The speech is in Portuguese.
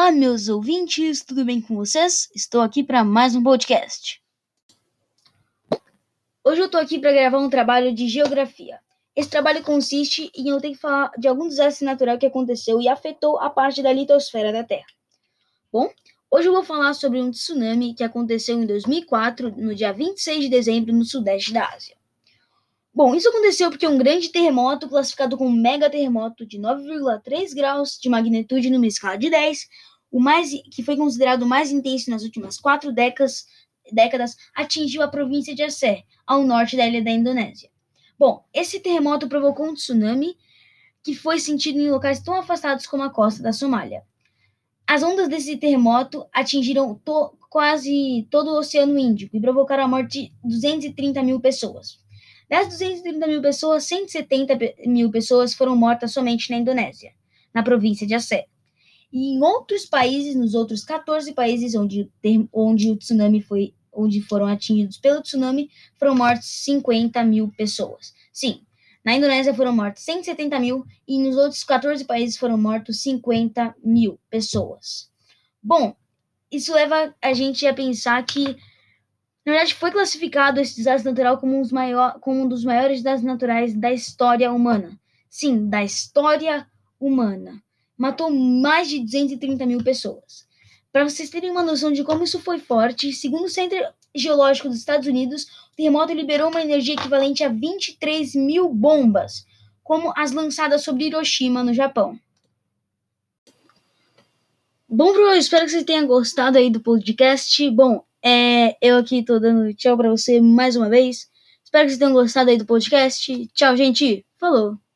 Olá, meus ouvintes, tudo bem com vocês? Estou aqui para mais um podcast. Hoje eu estou aqui para gravar um trabalho de geografia. Esse trabalho consiste em eu ter que falar de algum desastre natural que aconteceu e afetou a parte da litosfera da Terra. Bom, hoje eu vou falar sobre um tsunami que aconteceu em 2004, no dia 26 de dezembro, no sudeste da Ásia. Bom, isso aconteceu porque um grande terremoto, classificado como mega terremoto de 9,3 graus de magnitude numa escala de 10, que foi considerado o mais intenso nas últimas 4 décadas, atingiu a província de Aceh, ao norte da ilha da Indonésia. Bom, esse terremoto provocou um tsunami que foi sentido em locais tão afastados como a costa da Somália. As ondas desse terremoto atingiram quase todo o Oceano Índico e provocaram a morte de 230 mil pessoas. Das 230 mil pessoas, 170 mil pessoas foram mortas somente na Indonésia, na província de Aceh. E em outros países, nos outros 14 países onde foram atingidos pelo tsunami, foram mortas 50 mil pessoas. Sim, na Indonésia foram mortas 170 mil e nos outros 14 países foram mortos 50 mil pessoas. Bom, isso leva a gente a pensar que, na verdade, foi classificado esse desastre natural como um dos maiores desastres naturais da história humana. Sim, da história humana. Matou mais de 230 mil pessoas. Para vocês terem uma noção de como isso foi forte, segundo o Centro Geológico dos Estados Unidos, o terremoto liberou uma energia equivalente a 23 mil bombas, como as lançadas sobre Hiroshima, no Japão. Bom, Bruno, espero que você tenha gostado aí do podcast. Bom, eu aqui tô dando tchau pra você mais uma vez. Espero que vocês tenham gostado aí do podcast. Tchau, gente. Falou.